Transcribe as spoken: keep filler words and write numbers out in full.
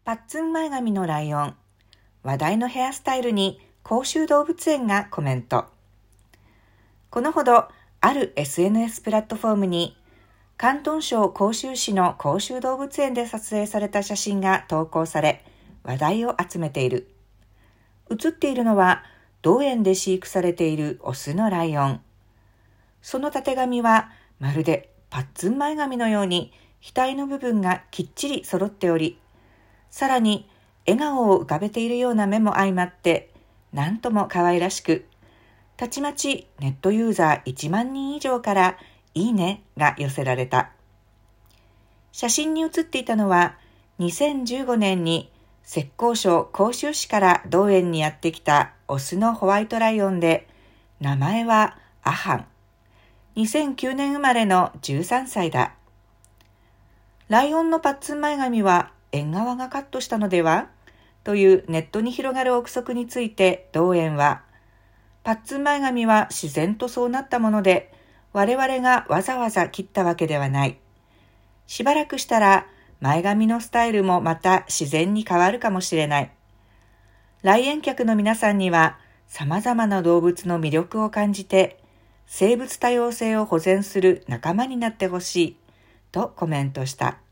パッツン前髪のライオン、話題のヘアスタイルに広州動物園がコメント。このほど、ある エスエヌエス プラットフォームに、広東省広州市の広州動物園で撮影された写真が投稿され、話題を集めている。写っているのは、同園で飼育されているオスのライオン。そのたてがみは、まるでパッツン前髪のように、額の部分がきっちり揃っており、さらに笑顔を浮かべているような目も相まって、なんとも可愛らしく、たちまちネットユーザーいちまんにん以上からいいねが寄せられた。写真に写っていたのは、にせんじゅうごねんに浙江省広州市から同園にやってきたオスのホワイトライオンで、名前はアハン。にせんきゅうねん生まれのじゅうさんさいだ。ライオンのパッツン前髪は縁側がカットしたのではというネットに広がる憶測について同園は、パッツン前髪は自然とそうなったもので、我々がわざわざ切ったわけではない。しばらくしたら前髪のスタイルもまた自然に変わるかもしれない。来園客の皆さんには様々な動物の魅力を感じて、生物多様性を保全する仲間になってほしいとコメントした。